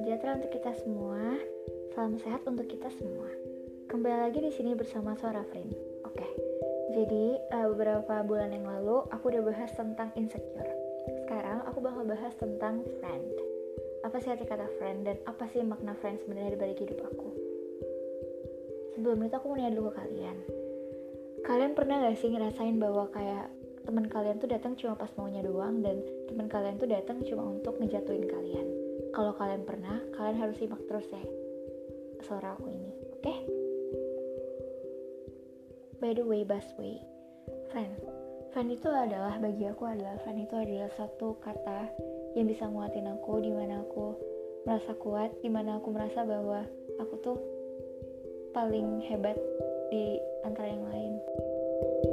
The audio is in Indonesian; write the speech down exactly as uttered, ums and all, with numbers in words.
sejahtera untuk kita semua. Salam sehat untuk kita semua. Kembali lagi di sini bersama Suara Friend. Oke. Jadi uh, beberapa bulan yang lalu aku udah bahas tentang insecure. Sekarang aku bakal bahas tentang friend. Apa sih arti kata friend dan apa sih makna friend sebenarnya di balik hidup aku? Sebelum itu aku mau nanya dulu ke kalian. Kalian pernah gak sih ngerasain bahwa kayak teman kalian tuh datang cuma pas maunya doang dan teman kalian tuh datang cuma untuk ngejatuhin kalian? Kalau kalian pernah, kalian harus simak terus ya suara aku ini, oke? Okay? By the way, Busway, friend. Friend itu adalah, bagi aku adalah, friend itu adalah satu kata yang bisa nguatin aku, dimana aku merasa kuat, dimana aku merasa bahwa aku tuh paling hebat di antara yang lain.